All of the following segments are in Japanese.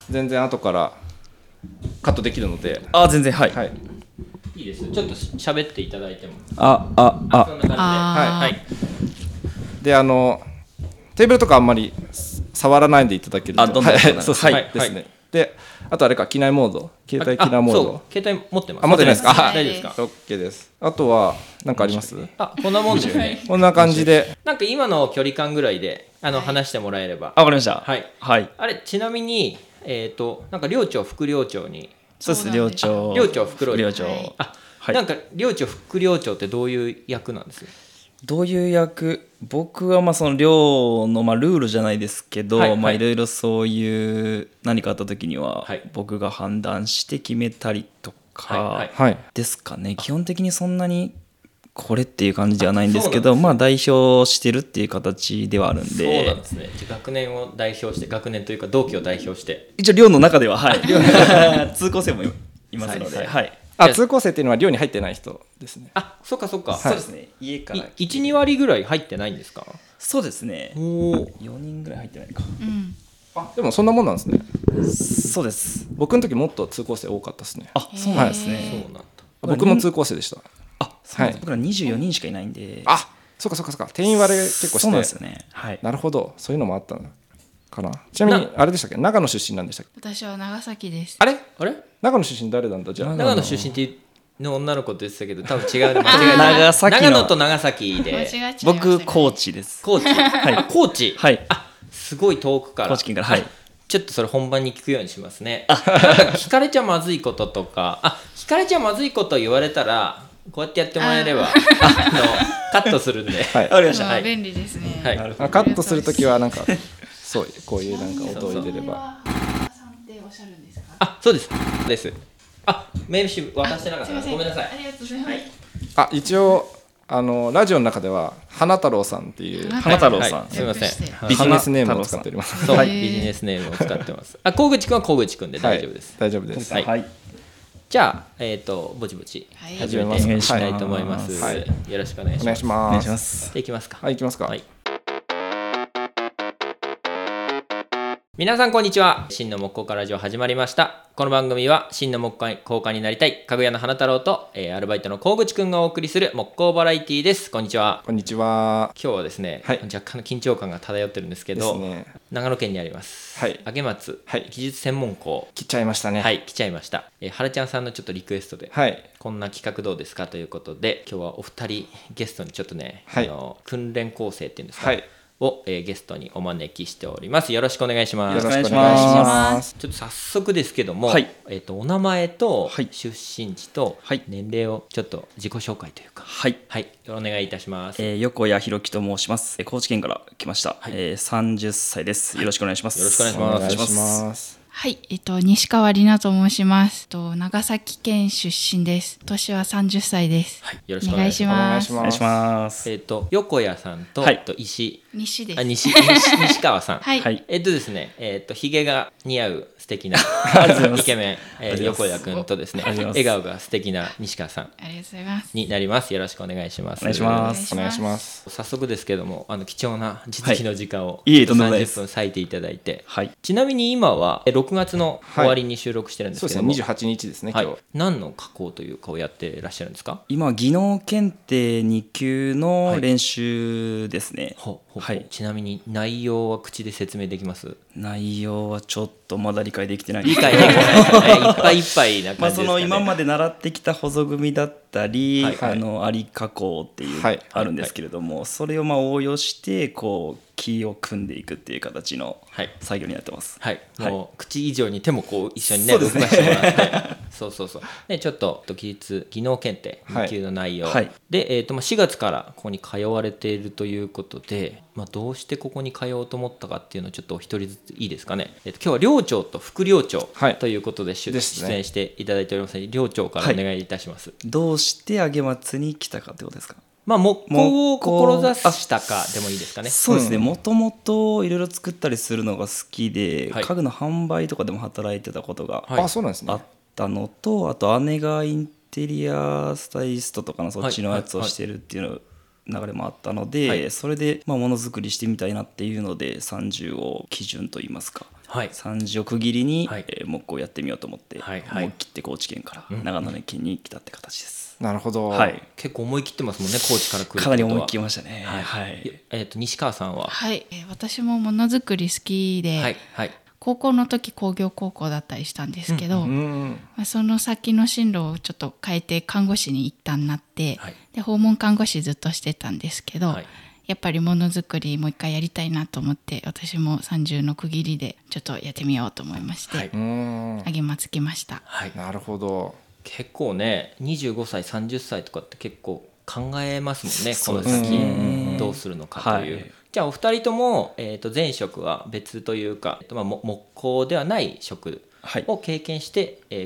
全然後からカットできるので。 全然はい、 いいです。ちょっと喋っていただいても。そんあな感じで。 はい。でテーブルとかあんまり触らないでいただけると。 どんどんそうですね。であとあれか機内モード、携帯機内モード。 携帯持ってます。 持ってないですか。 大丈夫ですか。 OK です。あとは何かあります？ こんなもんですね。 こんな感じで。 なんか今の距離感ぐらいで話してもらえれば。 わかりました。 はいあれちなみになんか寮長副寮長に。 そうです。寮長副寮長。なんか寮長副寮長ってどういう役なんです？ どういう役？僕はその寮のルールじゃないですけど、いろいろそういう何かあった時には僕が判断して決めたりとかですかね。基本的にそんなにこれっていう感じではないんですけど、代表してるっていう形ではあるんで。 そうなんですね。学年を代表して、学年というか同期を代表して、 一応寮の中では通校生もいますので。 通校生っていうのは寮に入ってない人ですね。 そっか。そうですね。家から 1、2割ぐらい入ってないんですか？ そうですね。4人ぐらい入ってないか。 でもそんなもんなんですね。 そうです。 僕の時もっと通校生多かったですね。 そうなんですね。 そうなんだ。 僕も通校生でした。 僕ら24人しかいないんで。 そうか。定員割れ結構して。 そうなんですよね。 なるほど。そういうのもあったのかな。ちなみにあれでしたっけ？長野出身なんでしたっけ？ 私は長崎です。 あれ長野出身誰なんだ？じゃあ長野出身っていうの女の子って言ってたけど、多分違うね。長野と長崎で。 僕高知です。 高知。高知。すごい遠くから。 高知県から。 ちょっとそれ本番に聞くようにしますね。聞かれちゃまずいこととか、聞かれちゃまずいこと言われたらこうやってやってもらえればカットするんで。 わかりました。 便利ですね。 カットするときはなんかそうこういうなんか音を入れれば。 そうです。メール紙渡してなかった。ごめんなさい。 ありがとうございます。 一応ラジオの中では花太郎さんっていう花太郎さん、 すみません、 ビジネスネームを使っております。 そう、ビジネスネームを使ってます。小口くんは小口くんで大丈夫です。 大丈夫です。 じゃあぼちぼち始めていきたいと思います。よろしくお願いします。 お願いします。 じゃあいきますか。 いきますか。 皆さんこんにちは。真の木工家ラジオ始まりました。この番組は真の木工家になりたいかぐやの花太郎と、アルバイトの小口くんがお送りする木工バラエティです。こんにちは。 こんにちは。 今日はですね、若干の緊張感が漂ってるんですけど、長野県にあります、上松技術専門校来ちゃいましたね。 来ちゃいました。はらちゃんさんのちょっとリクエストで、こんな企画どうですかということで、今日はお二人ゲストにちょっとね、訓練構成っていうんですか、を、ゲストにお招きしております。よろしくお願いします。 よろしくお願いします。 ちょっと早速ですけども、お名前と出身地と年齢をちょっと自己紹介というか、お願いいたします。 横谷弘樹と申します。高知県から来ました。30歳です。よろしくお願いします。 よろしくお願いします。 西川里奈と申します。長崎県出身です。年は30歳です。 よろしくお願いします。 お願いします。 横谷さんと西川さん。ですね、ひげが似合う素敵なイケメン、横谷くんとですね、笑顔が素敵な西川さんになります。よろしくお願いします。 お願いします。 早速ですけども、貴重な実技の時間を 30 分割いていただいて、ちなみに今は6月の終わりに収録してるんですけども、 そうですね、28日ですね、今日。 何の加工というかをやってらっしゃるんですか？ 今技能検定2級の練習ですね。 ちなみに内容は口で説明できます？ 内容はちょっとまだ理解できてない。 理解できない。いっぱいいっぱいな感じですかね。 今まで習ってきた細組だったり、アリ加工っていうあるんですけれども、それを応用してこう木を組んでいくっていう形の作業になってます。 もう口以上に手もこう一緒にね動かしてもらって、でちょっと技能検定2級の内容で、4月からここに通われているということで、どうしてここに通おうと思ったかっていうのをちょっとお一人ずついいですかね。今日は寮長と副寮長ということで出演していただいておりますので、寮長からお願いいたします。 どうして上松に来たかってことですか？ 木工を志したかでもいいですかね。 そうですね、もともといろいろ作ったりするのが好きで、家具の販売とかでも働いてたことがあったのと、あと姉がインテリアスタイリストとかのそっちのやつをしてるっていう流れもあったので、 はい、 それでものづくりしてみたいなっていうので30を基準といいますか、 はい、 30を区切りに、木工をやってみようと思って、 はい、 思い切って高知県から長野県に来たって形です。 なるほど、 はい、 結構思い切ってますもんね、高知から来るってことは。 かなり思い切りましたね。 はい、西川さんは。 はい、私もものづくり好きで、 はいはい、 高校の時工業高校だったりしたんですけど、その先の進路をちょっと変えて看護師に一旦なって、はい、で訪問看護師ずっとしてたんですけど、はい、やっぱりものづくりもう一回やりたいなと思って、私も30の区切りでちょっとやってみようと思いまして、はい、上松来ました。 はい、なるほど。 結構ね25歳30歳とかって結構考えますもんね、この先どうするのかという、はい、じゃあお二人とも、前職は別というか、木工ではない職を経験して、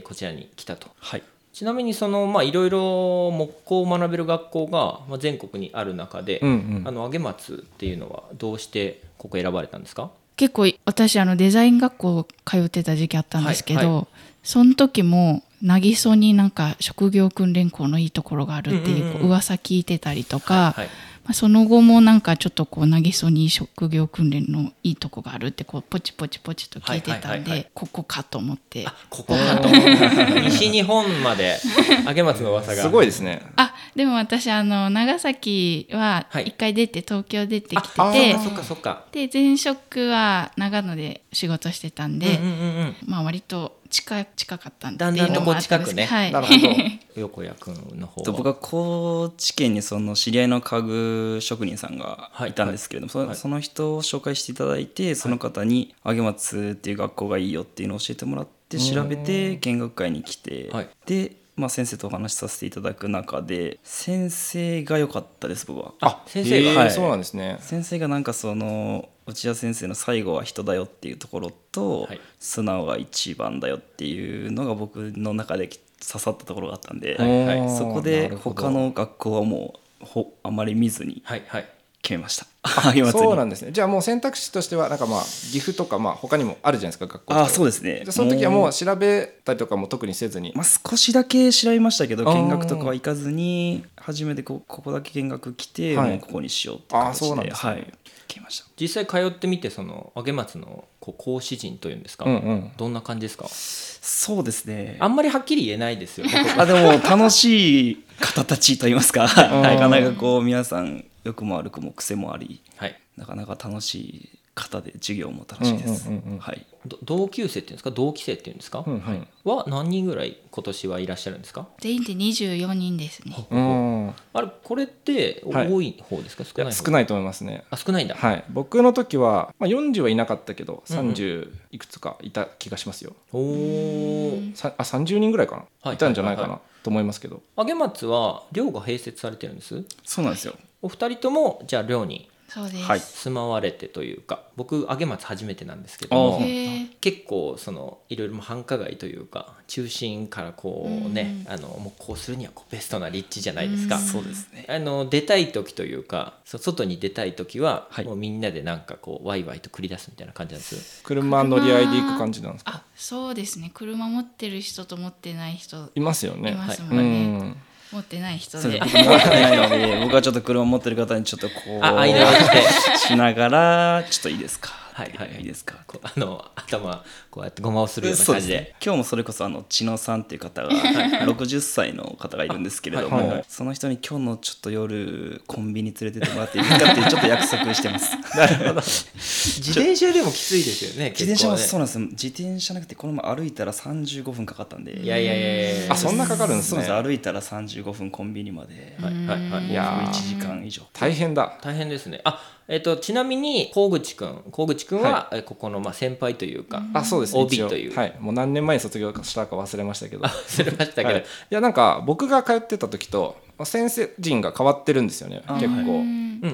こちらに来たと、はい、ちなみにそのいろいろ木工を学べる学校が全国にある中で、上松っていうのはどうしてここ選ばれたんですか？ 結構私デザイン学校通ってた時期あったんですけど、はいはい、その時も渚曽になんか職業訓練校のいいところがあるっていう噂聞いてたりとか、はいはい、その後もなんかちょっと渚曽に職業訓練のいいとこがあるってポチポチポチと聞いてたんで、ここかと思って。 ここかと西日本まで上松の噂がすごいですね。 でも私長崎は一回出て東京出てきてて、で前職は長野で仕事してたんで、割と近かったんで、 だんだんとこう近くね、 はい、 なるほど。横谷君の方は僕は高知県にその知り合いの家具職人さんがいたんですけれども、その人を紹介していただいて、その方に上松っていう学校がいいよっていうのを教えてもらって調べて見学会に来て、で先生とお話しさせていただく中で先生が良かったです。僕は先生が、 はい、そうなんですね。 先生がなんかその内田先生の最後は人だよっていうところと、はい、素直が一番だよっていうのが僕の中で刺さったところがあったんで、そこで他の学校はもうあまり見ずに決めました。 そうなんですね。じゃあもう選択肢としてはなんか岐阜とか他にもあるじゃないですか、学校。 そうですね。 その時はもう調べたりとかも特にせずに、 少しだけ調べましたけど見学とかは行かずに、初めてここだけ見学来て、もうここにしようって形で、 そうなんですね。 決めました。 実際通ってみてその上松の講師陣というんですか、どんな感じですか？ そうですね、 あんまりはっきり言えないですよ。 でも楽しい方たちといいますか、なかなか皆さん良くも悪くも癖もあり、なかなか楽しい方で授業も楽しいです。 同級生っていうんですか、同期生っていうんですか、は何人ぐらい今年はいらっしゃるんですか？ 全員で24人ですね。 これって多い方ですか？少ない方？ 少ないと思いますね。 少ないんだ。 僕の時は、40はいなかったけど30いくつかいた気がしますよ。30人ぐらいかな、いたんじゃないかなと思いますけど。 上松は寮が併設されてるんです。 そうなんですよ。 お二人ともじゃあ寮に住まわれてというか、僕上松初めてなんですけども、結構いろいろ繁華街というか中心からこうね、もうこうするにはベストな立地じゃないですか。 そうですね。 出たい時というか外に出たい時は、もうみんなでなんかこうワイワイと繰り出すみたいな感じなんです。 車乗り合いで行く感じなんですか？ そうですね。車持ってる人と持ってない人いますよね。 いますもんね。持ってない人で持ってないので僕はちょっと車持ってる方にちょっと間をしながらちょっいいですか、いいですか、 頭こうやってごまをするような感じで、 今日もそれこそ千野さんっていう方が60歳の方がいるんですけれども、その人に今日のちょっと夜コンビニ連れてってもらっていいかってちょっと約束してます。 なるほど。自転車でもきついですよね。 自転車もそうなんです。自転車なくてこの前歩いたら35分かかったんで。 いやそんなかかるんですね。 そうです。歩いたら35分コンビニまで、 いや 1時間以上大変だ。 大変ですね。ちなみに河口くんは、ここの先輩というか、 そうですね、 OB という、 もう何年前に卒業したか忘れましたけどいやなんか僕が通ってた時と先生陣が変わってるんですよね。結構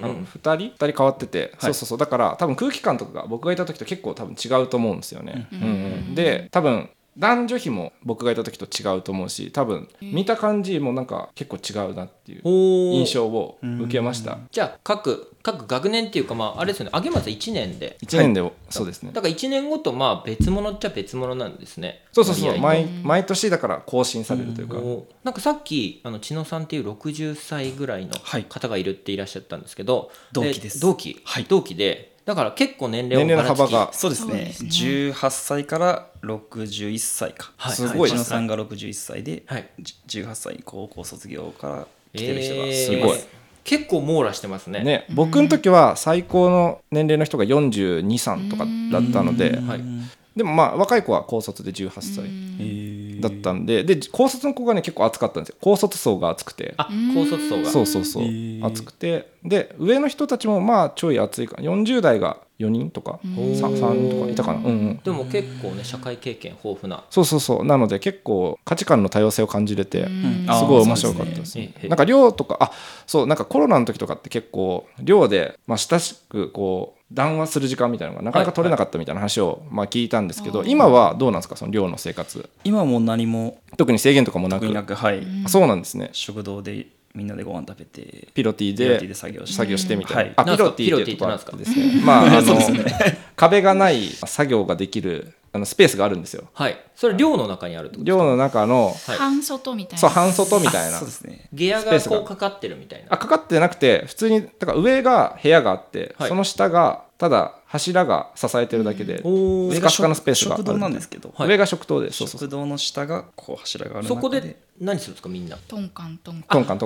2人変わってて、そうだから多分空気感とかが僕がいた時と結構多分違うと思うんですよね。で多分男女比も僕がいた時と違うと思うし、多分見た感じもなんか結構違うなっていう印象を受けました。 じゃあ各学年っていうか、まああれですよね、上松1年で 1年で、はい、そうですね。 だから1年ごとまあ別物っちゃ別物なんですね。 そう毎年だから更新されるというか、 なんかさっき千野さんっていう60歳ぐらいの方がいるっていらっしゃったんですけど、 同期です。 同期で、だから結構年齢の幅がそうですね、18歳から61歳か、 すごい千野さんが61歳で、18歳高校卒業から来てる人がすごい、 結構網羅してますね。 僕の時は最高の年齢の人が42、3とかだったので、でもまあ若い子は高卒で18歳だったんで、高卒の子がね結構熱かったんですよ。高卒層が熱くて、 高卒層がそう熱くて、で上の人たちもまあちょい熱いかな、40代が4人とか3人とかいたかな。 でも結構ね社会経験豊富な、 そうなので結構価値観の多様性を感じれてすごい面白かったです。なんか寮とかなんかコロナの時とかって結構寮でまあ親しくこう談話する時間みたいなのがなかなか取れなかったみたいな話をまあ聞いたんですけど、今はどうなんですか、その寮の生活。 今はもう何も特に制限とかもなく、 はい、 そうなんですね。 食堂でみんなでご飯食べてピロティで作業してみたいな。 ピロティっていうところですね。まあ壁がない作業ができるスペースがあるんですよ。 はい。それ寮の中にあるってことですか？ 寮の中の半外みたいな。 そう、半外みたいな。 そうですね。 部屋がこうかかってるみたいな。 かかってなくて、普通にだから上が部屋があって、その下がただ柱が支えてるだけで、 スカスカのスペースがある。食堂なんですけど、 上が食堂で、 食堂の下がこう柱がある中で。 そこで何するんですかみんな？ トンカン。 こ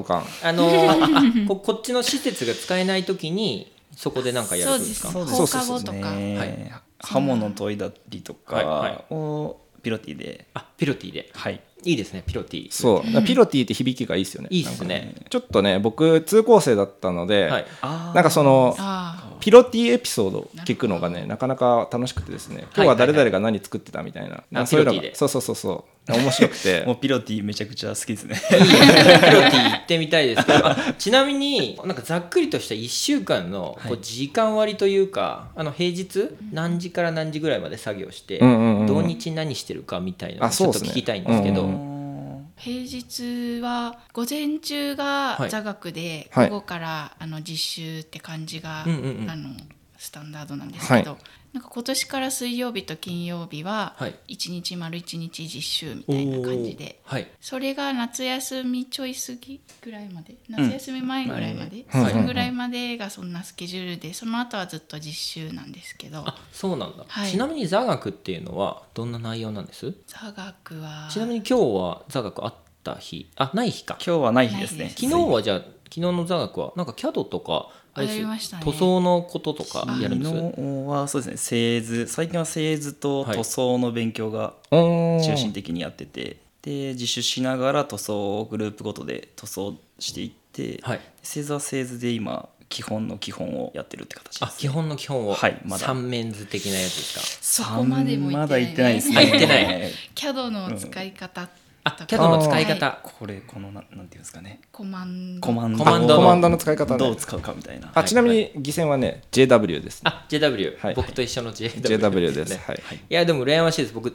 っちの施設が使えないときにそこで何かやるんですか？ そうです。放課後とか。 刃物研いだりとかをピロティで。 ピロティで。 はい。 いいですね、ピロティ。 そう、ピロティって響きがいいですよね。 いいですね。 ちょっとね、僕通校生だったので、なんかそのピロティエピソード聞くのがねなかなか楽しくてですね、今日は誰々が何作ってたみたいな、そういうのがそう面白くてもうピロティめちゃくちゃ好きですね。 ピロティ行ってみたいですけど、ちなみになんかざっくりとした1週間のこう時間割というか、平日何時から何時ぐらいまで作業して、土日何してるかみたいなのをちょっと聞きたいんですけど。 平日は午前中が座学で、午後から実習って感じが、スタンダードなんですけど、なんか今年から水曜日と金曜日は1日丸1日実習みたいな感じで、それが夏休みちょい過ぎぐらいまで、夏休み前ぐらいまで、そのぐらいまでがそんなスケジュールで、その後はずっと実習なんですけど。 そうなんだ。ちなみに座学っていうのはどんな内容なんです？ 座学はちなみに今日は座学あった日？ない日か。 今日はない日ですね。 昨日はじゃあ昨日の座学はなんか CAD とかありましたね。 塗装のこととかやるんです？ 昨日はそうですね、製図、最近は製図と塗装の勉強が中心的にやってて、で自主しながら塗装をグループごとで塗装していって、製図は製図で今基本の基本をやってるって形です、 基本の基本を、 まだ三面図的なやつですか？ そこまでもまだ行ってないですね。 行ってない。 CAD の使い方、 CAD の使い方、 このなんていうんですかね、 コマンドの使い方、 どう使うかみたいな。 ちなみに義線はね JW です。 JW、僕と一緒の JW です。 いやでも羨ましいです。僕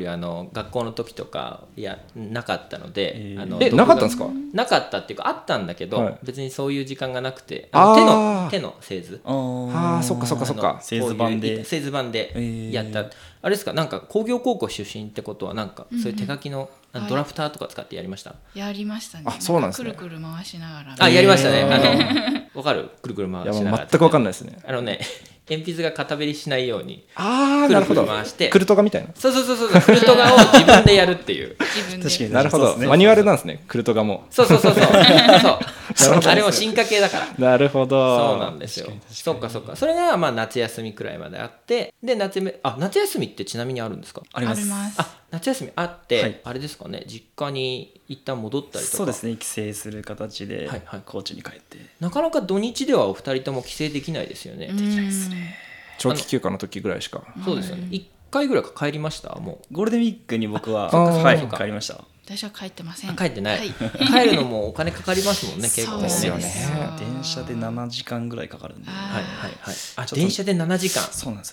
JW 学校の時とかなかったので、 なかったんですか？ なかったっていうかあったんだけど、別にそういう時間がなくて、手の製図、 そっか製図版でやった。あれですか、なんか工業高校出身ってことはなんかそういう手書きのドラフターとか使ってやりました？ やりましたね。 そうなんですね。 くるくる回しながら。 やりましたね。わかる？くるくる回しながら。 全くわかんないですね。 鉛筆が片べりしないようになるほど、 回してクルトガみたいな。 そうクルトガを自分でやるっていう確かになるほど、マニュアルなんですね、クルトガも。 そうあれも進化系だから。 なるほど、 そうなんですよ。そっかそれがまあ夏休みくらいまであって、で夏休みってちなみにあるんですか？ あります。 夏休みあって、あれですかね、実家に一旦戻ったりとか。 そうですね、帰省する形で高知に帰って、 なかなか土日ではお二人とも帰省できないですよね。 できないですね。 長期休暇の時ぐらいしか。 そうですよね。1回ぐらいか帰りました？もうゴールデンウィークに僕は帰りました。 私は帰ってません。 帰ってない。帰るのもお金かかりますもんね、結構ね。 ですよね。 電車で7時間ぐらいかかるんで。 電車で7時間。 そうなんですよね。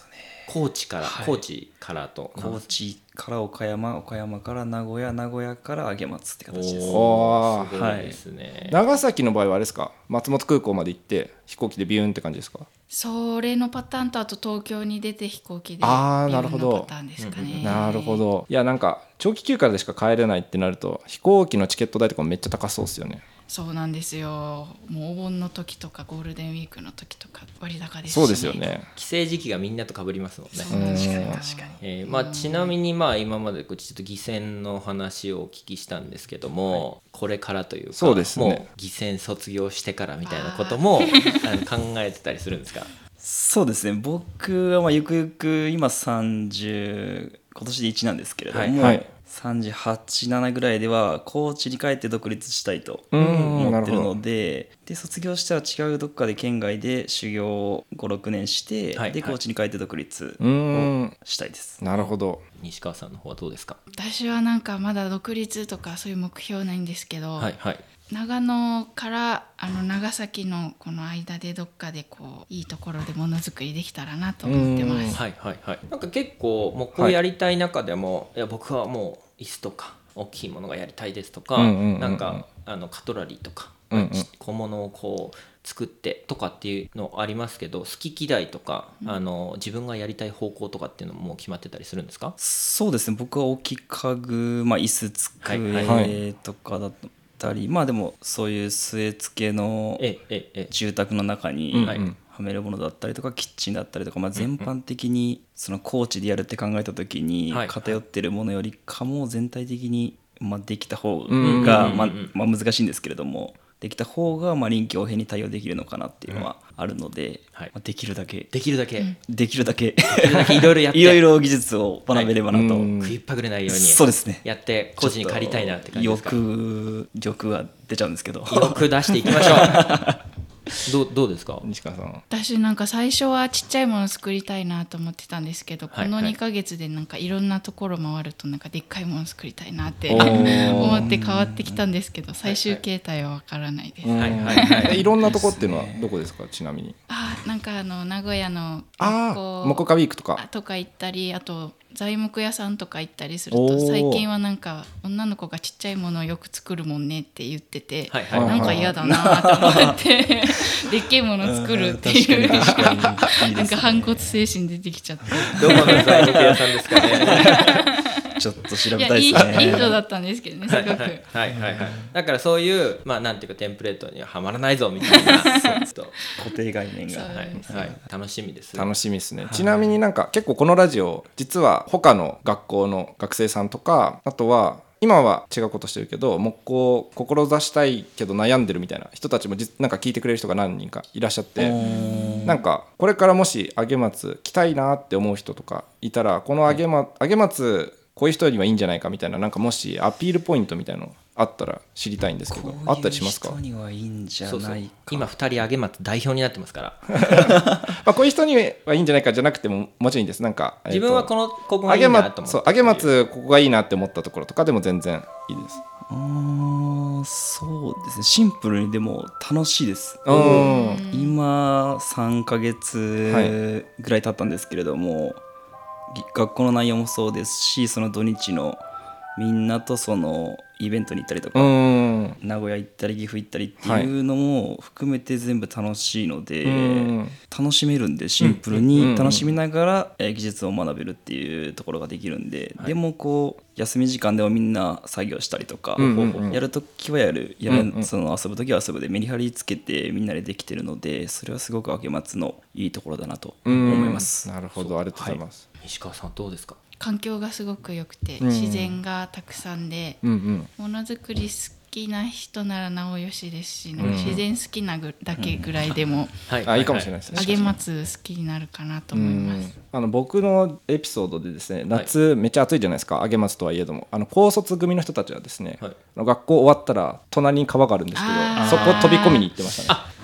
高知から、はい、高知からと高知から岡山から名古屋から上松って形です。 おすごいですね、 はい、長崎の場合はあれですか、松本空港まで行って飛行機でビューンって感じですか？ それのパターンと、あと東京に出て飛行機でビューンのパターンですかね。 なるほど。いやなんか長期休暇でしか帰れないってなると飛行機のチケット代とかめっちゃ高そうですよね。 そうなんですよ。もうお盆の時とかゴールデンウィークの時とか割高ですし、 そうですよね。 帰省時期がみんなと被りますもんね。 確かに、 ちなみに今までちょっと偽船の話をお聞きしたんですけども、はい、これからというか、 そうですね、 もう偽船卒業してからみたいなことも考えてたりするんですか？ そうですね、僕はゆくゆく今30、今年で1なんですけれども、はい、38、7ぐらいでは高知に帰って独立したいと思ってるので、卒業したら違うどっかで県外で修行を5、6年して、はい、で高知に帰って独立をしたいです。 なるほど。 西川さんの方はどうですか？ 私はなんかまだ独立とかそういう目標ないんですけど、 はいはい、 長野から長崎のこの間でどっかでこういいところでものづくりできたらなと思ってます。 はいはいはい。なんか結構もうこうやりたい中でも、はい、いや僕はもう椅子とか大きいものがやりたいですとか、なんかカトラリーとか、小物をこう作ってとかっていうのありますけど、好き嫌いとか自分がやりたい方向とかっていうのももう決まってたりするんですか？ そうですね、僕は大きい家具、椅子机とかだったり、でもそういう据え付けの住宅の中にはめるものだったりとかキッチンだったりとか、全般的にその高知でやるって考えた時に偏ってるものよりかも全体的にできた方が難しいんですけれども、できた方が臨機応変に対応できるのかなっていうのはあるので、できるだけいろいろやっていろいろ技術を学べればなと、 食いっぱぐれないようにそうですね、 やって高知に借りたいなって感じですか？ 欲が出ちゃうんですけど、 欲出していきましょうどうですか西川さん？ 私なんか最初はちっちゃいもの作りたいなと思ってたんですけど、この2ヶ月でなんかいろんなところ回るとなんかでっかいもの作りたいなって思って変わってきたんですけど、最終形態はわからないです。 いろんなとこっていうのはどこですか？ちなみに。 なんか名古屋の学校モコカウィークとか行ったり、あと材木屋さんとか行ったりすると、最近はなんか女の子がちっちゃいものをよく作るもんねって言ってて、なんか嫌だなと思ってでっけえもの作るっていうなんか反骨精神出てきちゃって。 どこの材木屋さんですかねちょっと調べたいですね。 いい人だったんですけどね、すごく。 だからそういうなんていうかテンプレートにははまらないぞみたいな固定概念が、 楽しみです。 楽しみですね。ちなみになんか結構このラジオ実は他の学校の学生さんとか、あとは今は違うことしてるけど木工を志したいけど悩んでるみたいな人たちもなんか聞いてくれる人が何人かいらっしゃって、なんかこれからもし上松来たいなって思う人とかいたら、この上松こういう人にはいいんじゃないかみたいな、なんかもしアピールポイントみたいなのあったら知りたいんですけど、あったりしますか？ こういう人にはいいんじゃないか。 今2人上松代表になってますからこういう人にはいいんじゃないかじゃなくてももちろんいいです。なんか、 自分はここがいいなと思って、 上松ここがいいなって思ったところとかでも全然いいです。 そうですね、シンプルにでも楽しいです。今3ヶ月ぐらい経ったんですけれども、学校の内容もそうですし、その土日のみんなとそのイベントに行ったりとか、名古屋行ったり岐阜行ったりっていうのも含めて全部楽しいので、楽しめるんで、シンプルに楽しみながら技術を学べるっていうところができるんで、でもこう休み時間でもみんな作業したりとか、やるときはその遊ぶときは遊ぶでメリハリつけてみんなでできてるので、それはすごく上松のいいところだなと思います。 なるほど、ありがとうございます。 西川さんどうですか？ 環境がすごく良くて、自然がたくさんで、ものづくり好きな人ならなおよしですし、なんか自然好きなだけぐらいでもいいかもしれないですね。 上松好きになるかなと思います。 僕のエピソードでですね、夏めっちゃ暑いじゃないですか、上松とはいえども、高卒組の人たちはですね、学校終わったら隣に川があるんですけど、そこ飛び込みに行ってましたね。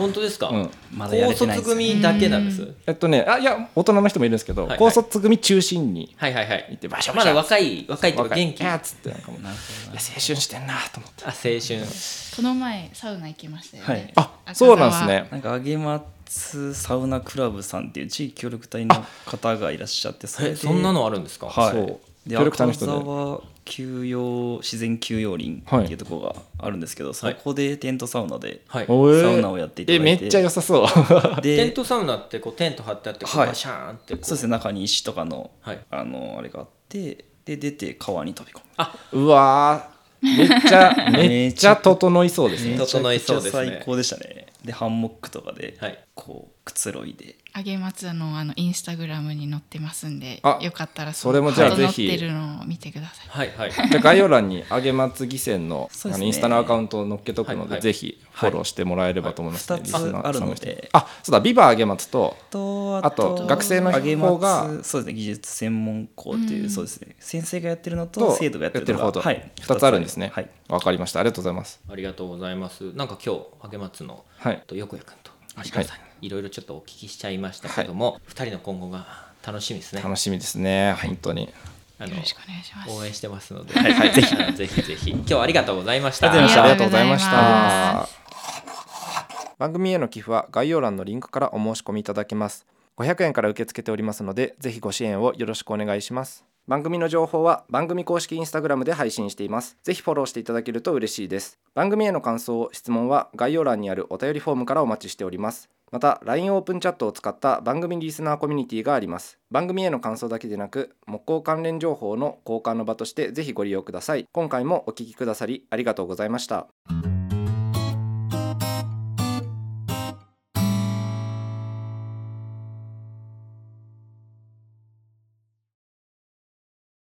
本当ですか、 まだやれてない高卒組だけなんです、 いや大人の人もいるんですけど、高卒組中心に行ってバシャバシャ、 まだ若いというか元気やつってなんかもう、いや青春してんなと思って。 青春この前サウナ行きましたよね。 そうなんですね。 なんか上松サウナクラブさんっていう地域協力隊の方がいらっしゃって、 そんなのあるんですか。 で協力隊の人で赤沢自然休養林っていうところがあるんですけど、そこでテントサウナでサウナをやっていただいて、 めっちゃ良さそうテントサウナってこうテント張ってあってバシャーンってそうですね、中に石とかのあれがあって、で出て川に飛び込む。 うわめっちゃ整いそうですね。 整いそうですね。 最高でしたね。でハンモックとかでこうくつろいで、 上松のインスタグラムに載ってますんで、よかったらそれもじゃあぜひ整ってるのを見てください。 じゃあ概要欄に上松義仙のインスタのアカウントを載っけとくので、ぜひフォローしてもらえればと思いますね。 2つあるので、 そうだ、ビバ上松とあと学生の方がそうですね、技術専門校という、そうですね、先生がやってるのと生徒がやってるのが 2つあるんですね。わかりました。ありがとうございます。 ありがとうございます。なんか今日上松の横谷君と足利さんにいろいろちょっとお聞きしちゃいましたけども、2人の今後が楽しみですね。 楽しみですね、本当に。 よろしくお願いします。 応援してますので、ぜひぜひ今日はありがとうございました。 ありがとうございました。番組への寄付は概要欄のリンクからお申し込みいただけます。500円から受け付けておりますので、ぜひご支援をよろしくお願いします。番組の情報は番組公式インスタグラムで配信しています。ぜひフォローしていただけると嬉しいです。番組への感想、質問は概要欄にあるお便りフォームからお待ちしております。また LINE オープンチャットを使った番組リスナーコミュニティがあります。番組への感想だけでなく、木工関連情報の交換の場としてぜひご利用ください。今回もお聞きくださりありがとうございました。